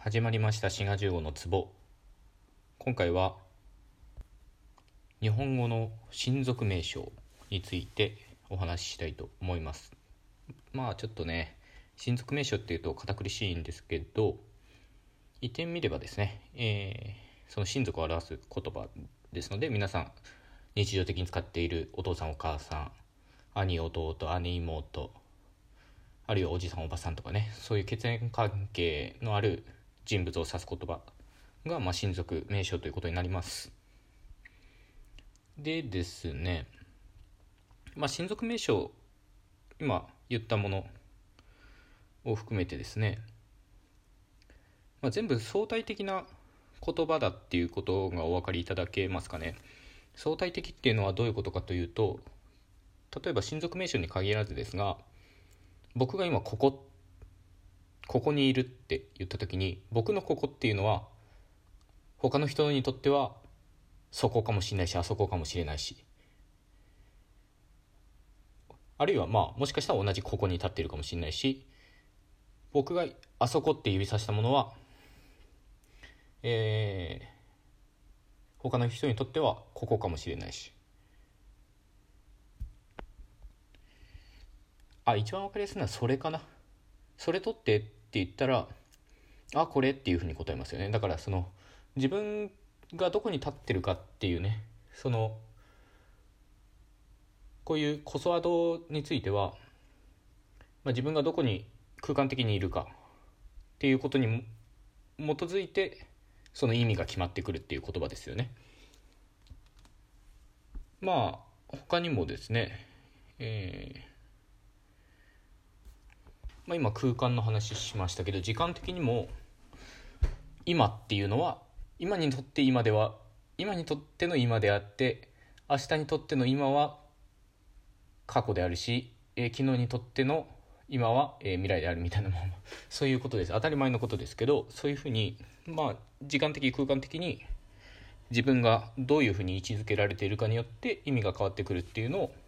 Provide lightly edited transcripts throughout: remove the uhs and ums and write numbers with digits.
始まりました滋賀15の壺。今回は日本語の親族名称についてお話ししたいと思います。ちょっとね、親族名称っていうと堅苦しいんですけど、言ってみればですね、その親族を表す言葉ですので、皆さん日常的に使っているお父さんお母さん、兄弟姉妹、あるいはおじさんおばさんとかね、そういう血縁関係のある人物を指す言葉が、親族名称ということになります。でですね、親族名称、今言ったものを含めてですね、全部相対的な言葉だっていうことがお分かりいただけますかね。相対的っていうのはどういうことかというと、例えば親族名称に限らずですが、僕が今ここにいるって言った時に、僕のここっていうのは他の人にとってはそこかもしれないし、あそこかもしれないし、あるいはもしかしたら同じここに立っているかもしれないし、僕があそこって指さしたものは、他の人にとってはここかもしれないし、一番わかりやすいのはそれかな。それ取ってって言ったら、これっていうふうに答えますよね。だから自分がどこに立ってるかっていうね、こういうコソワードについては、自分がどこに空間的にいるかっていうことに基づいてその意味が決まってくるっていう言葉ですよね。他にもですね、今空間の話しましたけど、時間的にも今っていうのは今にとって今にとっての今であって、明日にとっての今は過去であるし、昨日にとっての今は未来であるみたいなものそういうことです。当たり前のことですけど、そういうふうに時間的空間的に自分がどういうふうに位置づけられているかによって意味が変わってくるっていうのを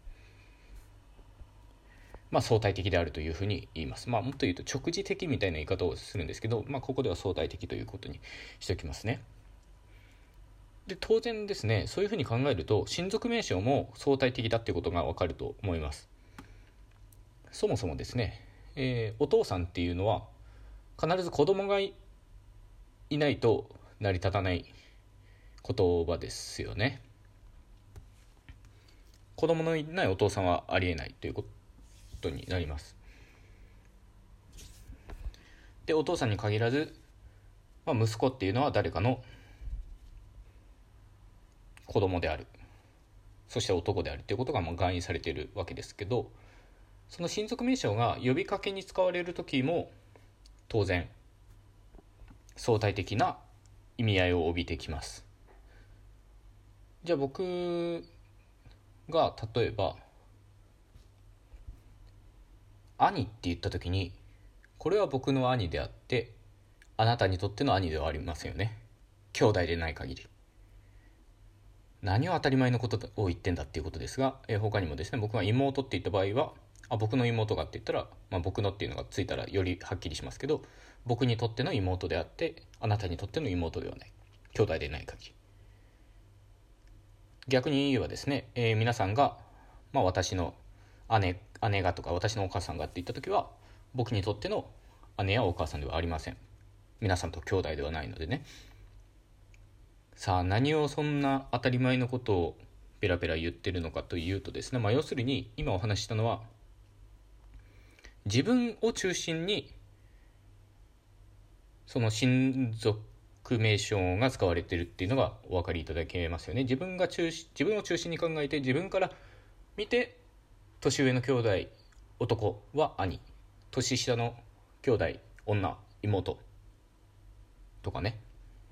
相対的であるというふうに言います。もっと言うと直示的みたいな言い方をするんですけど、ここでは相対的ということにしておきますね。で、当然ですね、そういうふうに考えると親族名称も相対的だっていうことがわかると思います。そもそもですね、お父さんっていうのは必ず子供がいないと成り立たない言葉ですよね。子供のいないお父さんはありえないということになります。で、お父さんに限らず、息子っていうのは誰かの子供である、そして男であるということが含意されているわけですけど、その親族名称が呼びかけに使われる時も当然相対的な意味合いを帯びてきます。じゃあ僕が例えば兄って言った時に、これは僕の兄であってあなたにとっての兄ではありませんよね。兄弟でない限り。何を当たり前のことを言ってんだっていうことですが、他にもですね、僕が妹って言った場合は、僕の妹がって言ったら、僕のっていうのがついたらよりはっきりしますけど、僕にとっての妹であってあなたにとっての妹ではない、兄弟でない限り。逆に言えばですね、皆さんが、私の姉がとか私のお母さんがって言った時は、僕にとっての姉やお母さんではありません。皆さんと兄弟ではないのでね。さあ、何をそんな当たり前のことをペラペラ言ってるのかというとですね、要するに今お話ししたのは、自分を中心にその親族名称が使われているっていうのがお分かりいただけますよね。自分を中心に考えて、自分から見て年上の兄弟男は兄、年下の兄弟女妹とかね、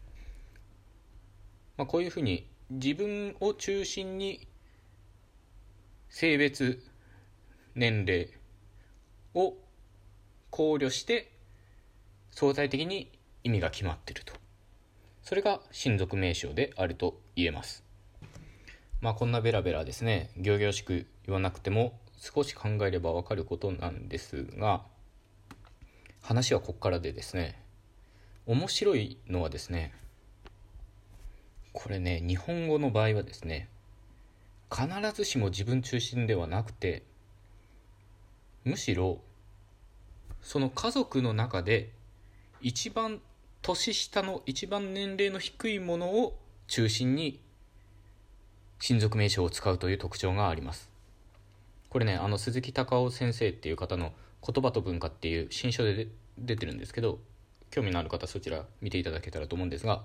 こういうふうに自分を中心に性別年齢を考慮して相対的に意味が決まっていると、それが親族名称であると言えます。こんなベラベラですね、仰々しく言わなくても少し考えればわかることなんですが、話はここからでですね、 面白いのはですね、これね、日本語の場合はですね、必ずしも自分中心ではなくて、むしろその家族の中で一番年下の一番年齢の低いものを中心に親族名称を使うという特徴があります。これね、鈴木隆夫先生っていう方の言葉と文化っていう新書で出てるんですけど、興味のある方そちら見ていただけたらと思うんですが、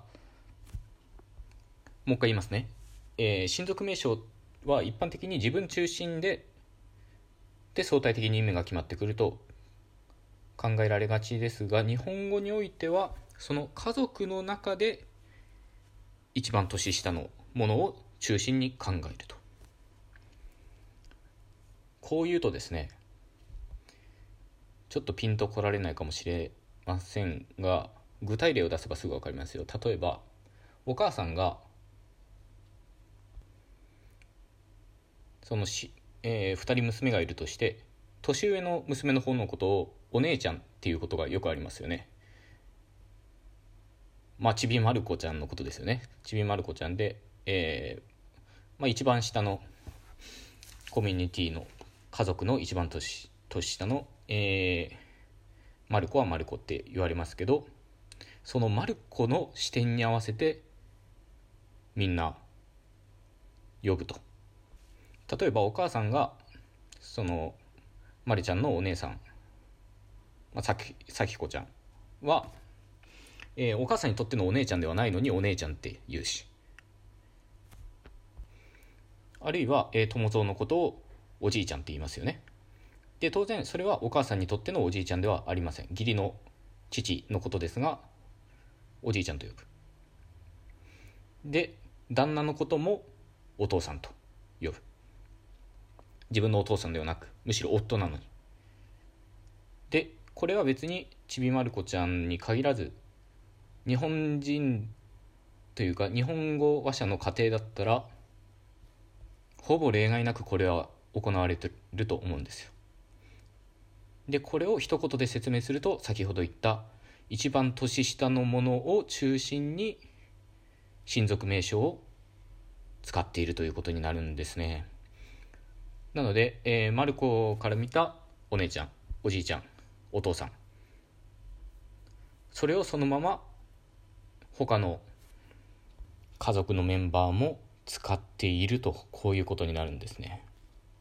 もう一回言いますね。親族名称は一般的に自分中心で相対的に意味が決まってくると考えられがちですが、日本語においてはその家族の中で一番年下のものを中心に考えると。こう言うとですね、ちょっとピンとこられないかもしれませんが、具体例を出せばすぐ分かりますよ。例えばお母さんが2人娘がいるとして、年上の娘の方のことをお姉ちゃんっていうことがよくありますよね。ちびまる子ちゃんのことですよね。ちびまる子ちゃんで、一番下のコミュニティの家族の一番年下の、まる子はまる子って言われますけど、そのまる子の視点に合わせてみんな呼ぶと。例えばお母さんがそのまるちゃんのお姉さん、さきこちゃんは、お母さんにとってのお姉ちゃんではないのにお姉ちゃんって言うし、あるいは、友蔵のことをおじいちゃんって言いますよね。で当然それはお母さんにとってのおじいちゃんではありません。義理の父のことですがおじいちゃんと呼ぶ。で旦那のこともお父さんと呼ぶ。自分のお父さんではなくむしろ夫なのに。でこれは別にちびまる子ちゃんに限らず、日本人というか日本語話者の家庭だったらほぼ例外なくこれは行われていると思うんですよ。でこれを一言で説明すると、先ほど言った一番年下のものを中心に親族名称を使っているということになるんですね。なので、マルコから見たお姉ちゃん、おじいちゃん、お父さん、それをそのまま他の家族のメンバーも使っていると、こういうことになるんですね。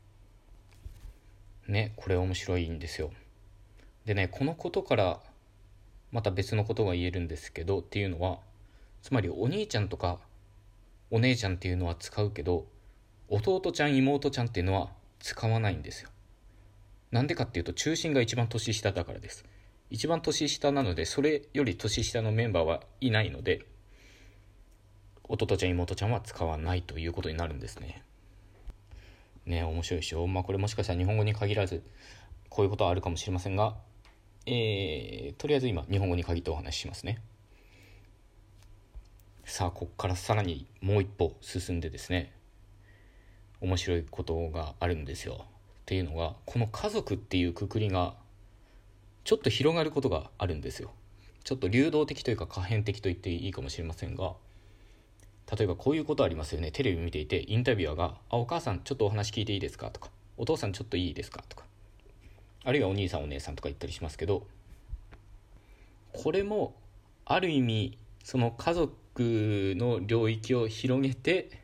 これ面白いんですよ。でね、このことからまた別のことが言えるんですけど、っていうのは、つまりお兄ちゃんとかお姉ちゃんっていうのは使うけど、弟ちゃん妹ちゃんっていうのは使わないんですよ。なんでかっていうと、中心が一番年下だからです。一番年下なので、それより年下のメンバーはいないので、弟ちゃん妹ちゃんは使わないということになるんですね。面白いでしょ。これもしかしたら日本語に限らずこういうことはあるかもしれませんが、とりあえず今日本語に限ってお話ししますね。さあここからさらにもう一歩進んでですね、面白いことがあるんですよ。っていうのが、この家族っていうくくりがちょっと広がることがあるんですよ。ちょっと流動的というか可変的と言っていいかもしれませんが、例えばこういうことありますよね。テレビ見ていてインタビュアーがお母さんちょっとお話聞いていいですかとか、お父さんちょっといいですかとか、あるいはお兄さんお姉さんとか言ったりしますけど、これもある意味その家族の領域を広げて、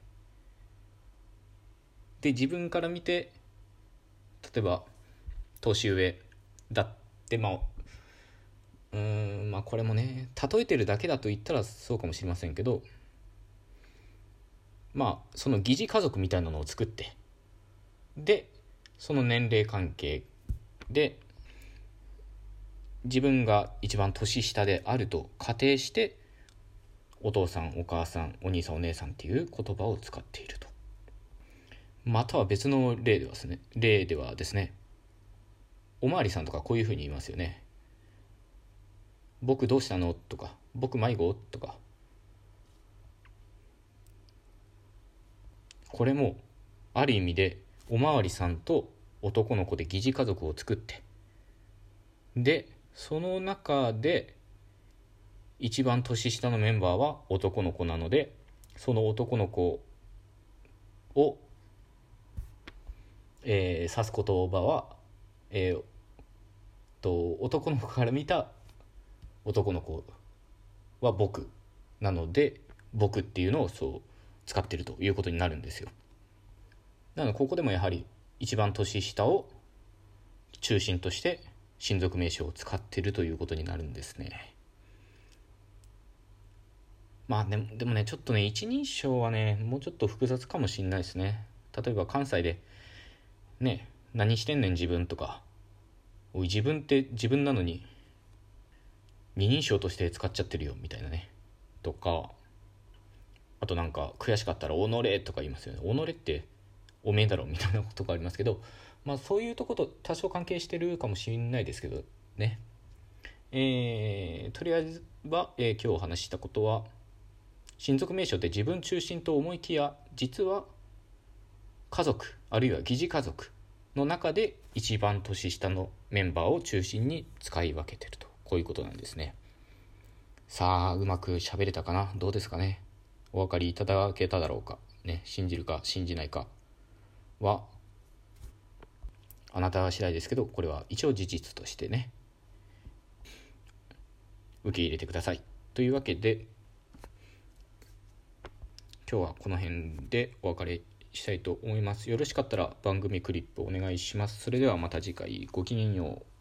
で自分から見て、例えば年上だってこれもね、例えてるだけだと言ったらそうかもしれませんけど、その疑似家族みたいなのを作って、でその年齢関係で自分が一番年下であると仮定して、お父さんお母さんお兄さんお姉さんっていう言葉を使っていると。または別の例ではですね、おまわりさんとかこういうふうに言いますよね。僕どうしたのとか、僕迷子とか。これもある意味でおまわりさんと男の子で疑似家族を作って、でその中で一番年下のメンバーは男の子なので、その男の子を、指す言葉は、男の子から見た男の子は僕なので、僕っていうのをそう使ってるということになるんですよ。なのでここでもやはり一番年下を中心として親族名称を使っているということになるんですね。まあでもね、ちょっとね、一人称はねもうちょっと複雑かもしれないですね。例えば関西でね、何してんねん自分とか、おい自分って自分なのに二人称として使っちゃってるよみたいなね、とか、あとなんか悔しかったら己とか言いますよね。己っておめえだろみたいなことがありますけど、まあそういうとこと多少関係してるかもしれないですけどね。とりあえずは、今日お話ししたことは、親族名称って自分中心と思いきや、実は家族あるいは疑似家族の中で一番年下のメンバーを中心に使い分けてると、こういうことなんですね。さあ、うまく喋れたかな、どうですかね。お分かりいただけただろうかね。信じるか信じないかはあなた次第ですけど、これは一応事実としてね受け入れてください。というわけで今日はこの辺でお別れしたいと思います。よろしかったら番組クリップお願いします。それではまた次回、ごきげんよう。